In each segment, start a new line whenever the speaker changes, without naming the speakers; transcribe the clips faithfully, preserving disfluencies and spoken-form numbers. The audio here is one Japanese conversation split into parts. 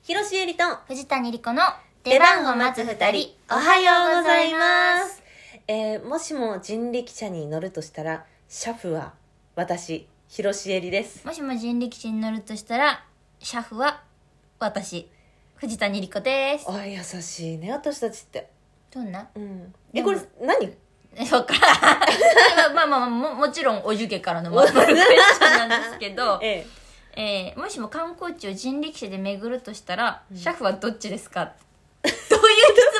広瀬えりと
藤谷莉子の
出番を待つ二人、おはようございます。えー、もしも人力車に乗るとしたら、車夫は私、広瀬えりです。
もしも人力車に乗るとしたら、車夫は私、藤谷莉子です。
あ、優しいね、私たちって。
どんな？
うん。え、これ何？
そっからまあまあまあ も, もちろんおじゅけからのまるまるクエスチョンなんですけど、えええー、もしも観光地を人力車で巡るとしたら、うん、車夫はどっちですか？どういう質問？こ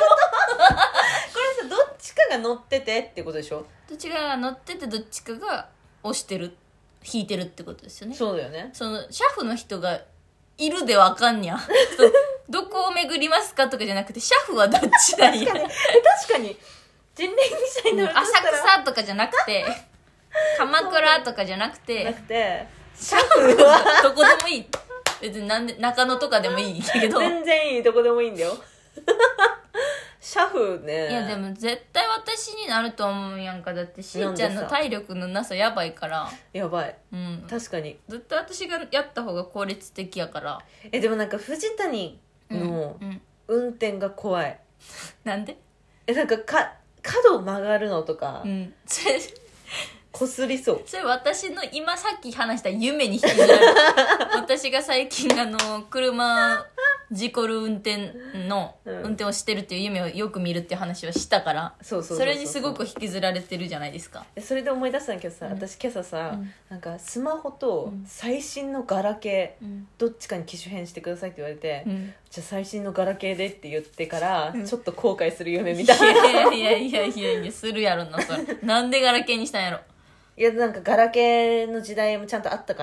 れさ、どっちかが乗っててってことでしょ？
どっちかが乗っててどっちかが押してる引いてるってことですよね。
そうだよね。
その車夫の人がいるでわかんにゃどこを巡りますかとかじゃなくて、車夫はどっちだい？
確かに確かに人力車に乗るとしたら
浅草とかじゃなくて鎌倉とかじゃなくて
なくて
車夫はどこでもいい。別になんで中野とかでもいいけど
全然いい、どこでもいいんだよ車夫ね。
いやでも絶対私になると思うやんか。だってしーちゃんの体力のなさやばいから。
やばい、
うん、
確かに
絶対私がやった方が効率的やから。
えでもなんか藤谷の運転が怖い、
うんうん、なんで？
えなんかか角を曲がるのとか、
うん、それ
こすりそう。
それ私の今さっき話した夢に引きずられる私が最近あの車事故る運転の、うん、運転をしてるっていう夢をよく見るっていう話をしたから、そうそうそうそう、それにすごく引きずられてるじゃないですか。
それで思い出したんだけどさ、うん、私今朝さ、うん、なんかスマホと最新のガラケー、うん、どっちかに機種変してくださいって言われて、うん、じゃあ最新のガラケーでって言ってから、うん、ちょっと後悔する夢みたいな。
いやいやいやいやいやするやろなそれなんでガラケーにしたんやろ。
いやなんかガラケーの時代もちゃんとあったから、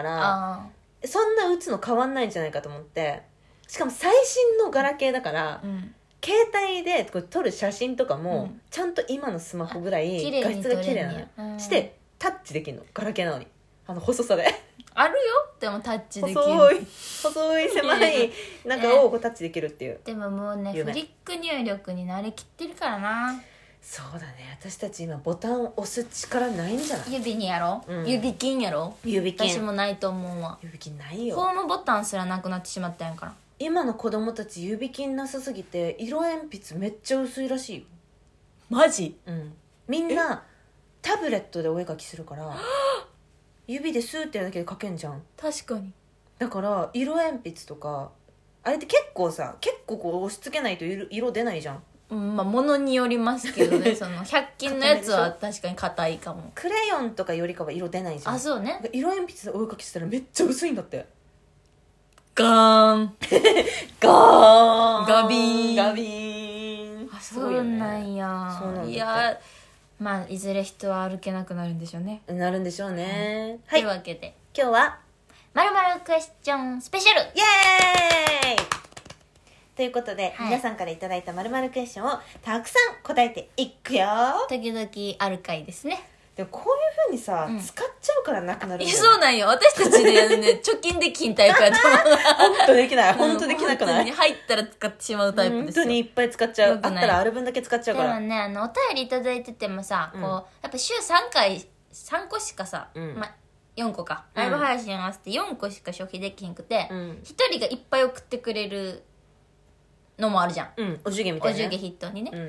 そんな打つの変わんないんじゃないかと思って。しかも最新のガラケーだから、うん、携帯でこれ撮る写真とかも、うん、ちゃんと今のスマホぐらい画質が綺麗なのよ、うん、してタッチできるの。ガラケーなのにあの細さで
あるよ。でもタッチできる
細い細い狭い中をこうタッチできるっていう。
でももうねフリック入力に慣れきってるからな。
そうだね、私たち今ボタンを押す力ないんじゃない？
指にやろ、うん、指金やろ。
指金
私もないと思うわ。
指金ないよ。
ホームボタンすらなくなってしまったんやから。
今の子供たち指金なさすぎて色鉛筆めっちゃ薄いらしいよ。
マジ？
うん。みんなタブレットでお絵描きするから指でスーってやるだけで描けんじゃん。確
かに。
だから色鉛筆とかあれって結構さ結構こう押し付けないと 色, 色出ないじゃん。
うん、まあ物によりますけどねそのひゃく均のやつは確かに硬いかも。
クレヨンとかよりかは色出ないじゃん。
あ、そうね。
色鉛筆でお絵描きしたらめっちゃ薄いんだって。
ガーン
ガーン
ガビーン
ガビーン。
あ、そうなんや。そうなんだって。いやまあいずれ人は歩けなくなるんでしょうね。
なるんでしょうね、
うん、はい。というわけで
今日は
まるまるクエスチョンスペシャルイ
エーイということで、はい、皆さんからいただいた〇〇クエスチョンをたくさん答えていくよ。
時々ある回ですね。
でもこういう風にさ、うん、使っちゃうからなくなるんだよね。いや
そうなんよ。私たちで、ね、貯金できんタイプやと思う。
本当できない。本当できなくない？
入ったら使ってしまうタイプですよ。
本当にいっぱい使っちゃう。あったらある分だけ使っちゃうから。
でもね、あのお便りいただいててもさ、うん、こうやっぱ週さんかいさんこしかさ、うんま、よんこかライブ配信合わせてよんこしか消費できひんくて、うん、ひとりがいっぱい送ってくれるのもあるじゃん、
うん、おじゅげみたいな、
ね、おじゅげ筆頭にね、うんうん、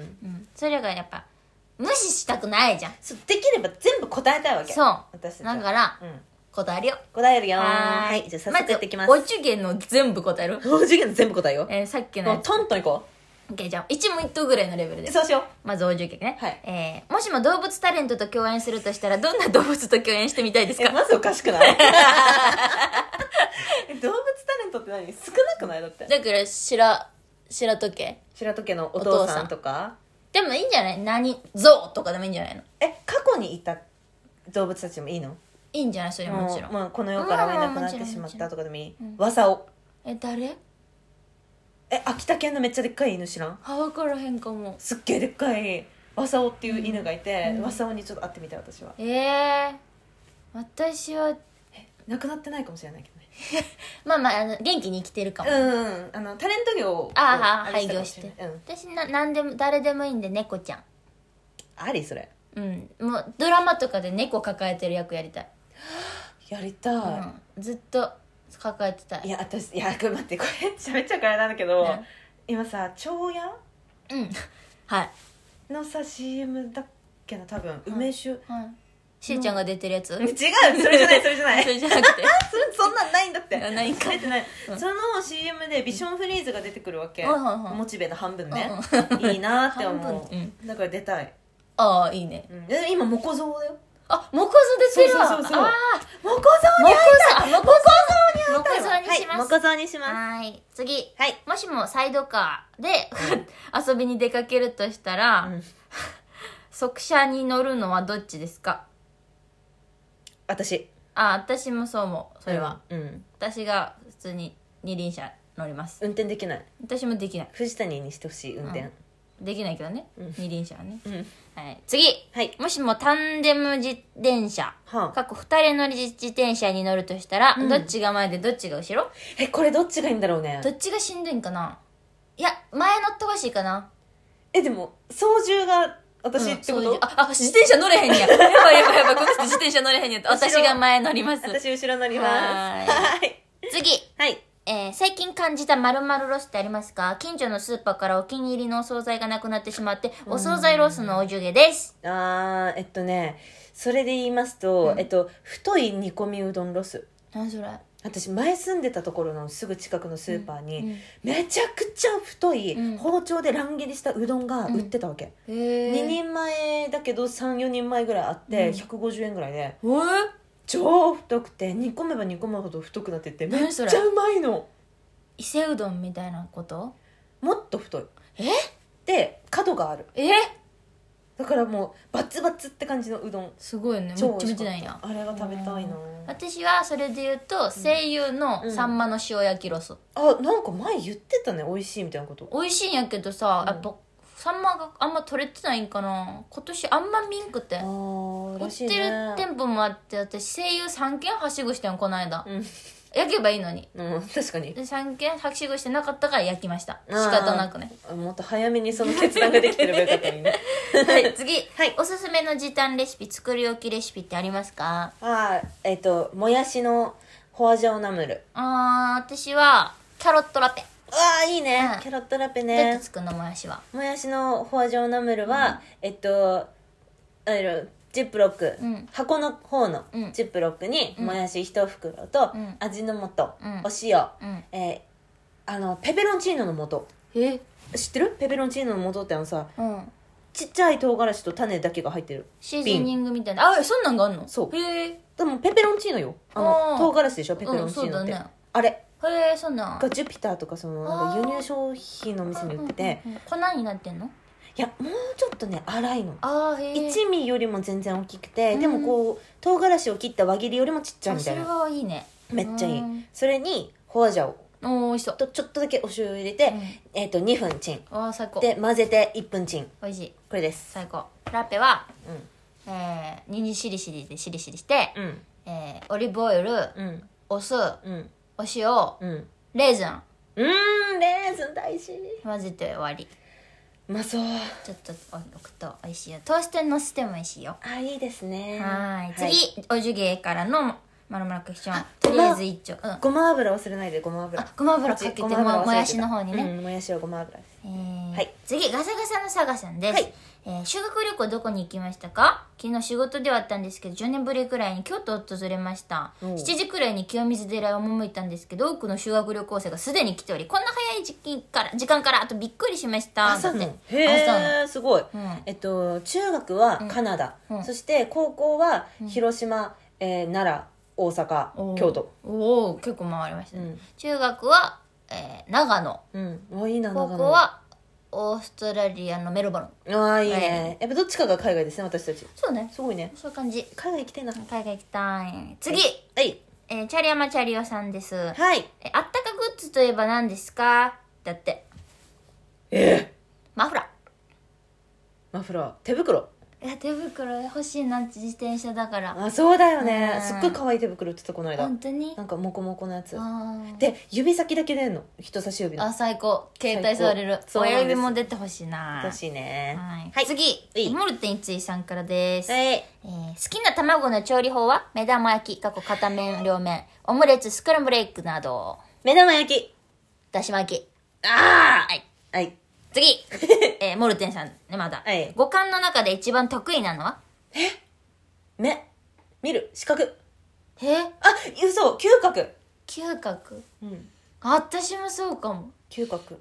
それがやっぱ無視したくないじゃん。
そうできれば全部答えたいわけ。
そう
私
だから、うん、答えるよ
答えるよ。はい、じゃあ早速やっていきます。
まずおじゅげの全部答える。
おじゅげの全部答えよ、
えー、さっきのやつ
トントンいこ
う。 OK じゃあいち問いっ答ぐらいのレベルで
そうしよう。
まずおじゅげね、
はい。
えー、もしも動物タレントと共演するとしたらどんな動物と共演してみたいですか？
えまずおかしくない動物タレントって何？少なくない？だって
だから白白時計
白時計のお父さんとか
でもいいんじゃない？何ゾウとかでもいいんじゃないの？
え過去にいた動物たちもいいの？
いいんじゃない？それもちろん、
まあ、この世からはいなくなってしまったとかでもいい。ワサオ。
え誰？
え秋田県のめっちゃでっかい犬知らん？
あ分からへんかも。
すっげえでっかいワサオっていう犬がいて、うん、ワサオにちょっと会ってみたい私は。
ええー、私は
え亡くなってないかもしれないけどね
まあまあ、あの元気に生きてるかも。
うん、あのタレント業を
ああ廃業して、
うん、
私な何でも誰でもいいんで猫ちゃん
ありそれ。
うんもうドラマとかで猫抱えてる役やりたい。
やりたい、
うん、ずっと抱えてたい。
いや私いやこれ待ってこれ喋っちゃうからなんだけど、
ね、
今さ長屋
うんはい
のさ シーエム だっけな多分、うん、梅酒、
はい、しーちゃんが出てるやつ違う
それじゃないそれじゃない
それじゃなくて
そ, そんなんないんだって
ないんか
書いてない、うん、その シーエム でビションフリーズが出てくるわけ、
うん、
モチベの半分ね、うん、いいなって思う、うん、だから出たい。
ああいいね、
うん、で今モコゾウだよ。
あモコゾ出てるわ。
そうそうそうそう、
あ
モコゾウに会いたい。モコゾウに会いたい。
モコゾウにします、
はい、モコゾウにします。
はい次、
はい、
もしもサイドカーで、うん、遊びに出かけるとしたら、うん、速車に乗るのはどっちですか？
私。
あ私もそう思うそれは、
うんうん、
私が普通に二輪車乗ります。
運転できない。
私もできない。
藤谷にしてほしい運転、うん、
できないけどね、うん、二輪車はね、
うん
はい、次、
はい、
もしもタンデム自転車、はあ、過去二人乗り自転車に乗るとしたら、うん、どっちが前でどっちが後ろ？
えこれどっちがいいんだろうね。
どっちがしんどいんかな。いや前乗ってほしいかな。
えでも操縦が私ってこと、うん、
ああ自転車乗れへんややばいやばいやばいこの人自転車乗れへんや私が前乗ります。
私後ろ乗ります。
はい次、
はい
えー、最近感じた〇〇ロスってありますか？近所のスーパーからお気に入りのお惣菜がなくなってしまってお惣菜ロスのおじゅげです。
あーえっとねそれで言いますと、うん、えっと太い煮込みうどんロス。
何それ？
私前住んでたところのすぐ近くのスーパーに、うんうん、めちゃくちゃ太い包丁で乱切りしたうどんが売ってたわけ、うん、ににんまえだけど さん,よ 人前ぐらいあって、うん、ひゃくごじゅうえんぐらいで、
うん、
超太くて煮込めば煮込むほど太くなってってめっちゃうまいの。
伊勢うどんみたいなこと？
もっと太い。
え
で角がある。
え
だからもうバツバツって感じのうどん。
すごいね。めっちゃめちゃなんや。
あれが食べたいな。
私はそれで言うと声優のサンマの塩焼きロス、うん
うん、あなんか前言ってたね美味しいみたいなこと。
美味しいんやけどさ、うん、やっぱサンマがあんま取れてないんかな今年あんま見んくて。あ
ーらしいね。
売ってる店舗もあって私声優さんけんはしごしたんこの間、うん、焼けばいいのに、
うん、確かに
でさんけんはしごしてなかったから焼きました。仕方なくね。
もっと早めにその決断ができてればよかったのにね
はい次、
はい、
おすすめの時短レシピ作り置きレシピってありますか？
あえっ、ー、ともやしのホワジャオナムル。
あ私はキャロットラペ。
ああいいね、うん、キャロットラペね。
どうやって作るのもやしは？
もやしのホワジャオナムルは、うん、えっとあのジップロック、うん、箱の方のジップロックにもやしいち袋と、うん、味の素、うん、お塩、うんえー、あのペペロンチーノの素。
え
知ってる？ペペロンチーノの素ってあのさ、うん、ちっちゃい唐辛子と種だけが入ってる
シーズニングみたいな。あそんなんがあんの？
そう
へえ。
でもペペロンチーノよ。あの唐辛子でしょペペロンチーノって、うんね、あれ
へえそんなん
がジュピターとかそのなんか輸入商品のお店に売ってて、
うんうんうん、粉になってんの？
いやもうちょっとね粗いの。
あへ
いちミリよりも全然大きくて、うん、でもこう唐辛子を切った輪切りよりもちっちゃいみたいな。
それはいいね。
めっちゃいい。それにホワジャオ
おおいしそう
とちょっとだけお醤油入れて、うんえー、とにふんチン
あ最高
で混ぜていっぷんチン。
おいしい。
これです。
最高。ラペは、うんえー、にんじんしりしりでしりしりして、うんえー、オリーブオイル、うん、お酢、うん、お塩、うん、レーズン
うーんレーズン大事。
混ぜて終わり。
うまそう。
ちょっと置くと美味しいよ。トーストにのせても美味しいよ。
あいいですね。
はい次、はい、おじゅげからのまるまるクッション。とりあえず一丁、うん、
ごま油忘れないで。ごま油
あごま油かけて も, もやしの方にね、
うん、もやしはごま油です、
えー
はい、
次ガサガサのサガさんです、はいえー、修学旅行どこに行きましたか？昨日仕事ではあったんですけどじゅうねんぶりくらいに京都を訪れました。しちじくらいに清水寺へ赴いたんですけど多くの修学旅行生がすでに来ておりこんな早い時期から時間からあとびっくりしました。
朝のへえすごい、うん、えっと中学はカナダ、うん、そして高校は広島、うんえー、奈良大阪京都。
おお結構回りましたね、うん、中学は、えー、長野、
うん、おいいな。
高校はオーストラリアのメルボルン。
ああいいね、やっぱどっちかが海外ですね私たち。
そうね
すごいね。
そういう感じ。
海外行きたいな。
海外行きたい。次
はい、
えー、チャリヤマチャリオさんです。
はい。
えあったかグッズといえば何ですか？だって
えー、
マフラー。
マフラー手袋。
いや手袋欲しいなって自転車だから。
あ、そうだよね、
うん、
すっごい可愛い手袋売ってたこの間。
本当に
なんかモコモコのやつ
あ
で、指先だけ出んの、人差し指の。
あ、最高。携帯触れる。親指も出てほしいな。
欲しいね。
はい、
はい、
次モルテンいついさんからです、
はい。
えー、好きな卵の調理法は目玉焼き過去片面両面オムレツスクランブルエッグなど。
目玉焼き。
だし巻き。
ああ、
はい
はい。
次、えー、モルテンさんね、まだ、
はい、
五感の中で一番得意なのは？
え目、見る、視覚。
え
あ、嘘、嗅覚。
嗅覚。
うん。
あ、私もそうかも。
嗅覚。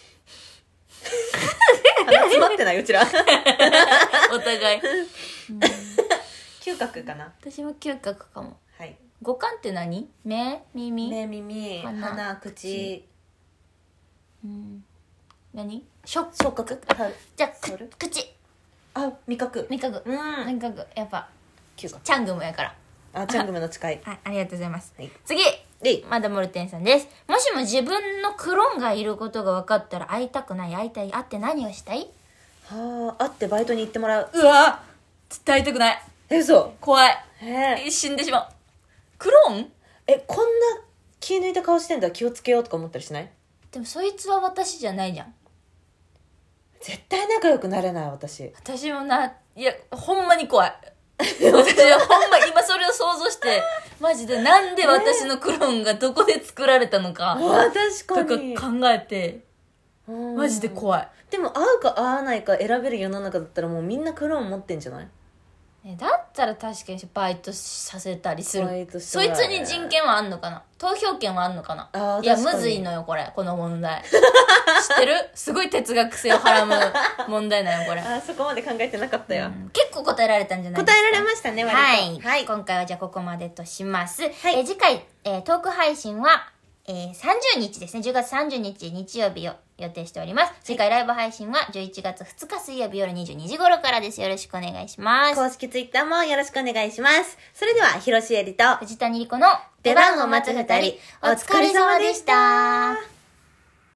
鼻詰まってない、うちら。
お互い、
うん、嗅覚かな。
私も嗅覚かも。
はい。
五感って何？目、耳、
目、耳、鼻、鼻口。
うん。何？触
触覚。
じゃあ口。
あ、味覚。
味覚。
うん。
味覚やっぱ。
嗅覚。
チャングムやから。
あ、チャングムの近い。
はい、ありがとうございます。
はい、
次。まだモルテンさんです。もしも自分のクローンがいることが分かったら会いたくない、会いたい、会って何をしたい？
はあ、会ってバイトに行ってもらう。
うわ絶対会いたくない。
え、嘘。
怖い。
え
死んでしまう。クローン？
え、こんな気抜いた顔してんだ、気をつけようとか思ったりしない？で
もそいつは私じゃないじゃん。
絶対仲良くなれない、私。
私もな、いや、ほんまに怖い。私はほんま今それを想像してマジでなんで私のクローンがどこで作られたのか、
えー、確かに
とか考えてマジで怖い。
でも会うか会わないか選べる世の中だったらもうみんなクローン持ってんじゃない？
えだったら確かにバイトさせたりする。そいつに人権はあんのかな、投票権はあんのかな。あ、いやむずいのよこれ、この問題知ってる？すごい哲学性をはらむ問題なよこれ。
あ、そこまで考えてなかったよ、うん、
結構答えられたんじゃないですか？
答えられましたね、割と。
はい、はい、今回はじゃあここまでとします、はい、え次回、えー、トーク配信は、えー、さんじゅうにちですね。じゅうがつさんじゅうにち日曜日を予定しております。次回ライブ配信はじゅういちがつふつか水曜日夜にじゅうにじ頃からです。よろしくお願いします。
公式ツイッターもよろしくお願いします。それでは広瀬えりと
藤谷莉子の
出番を待つ二人、お疲れ様でした。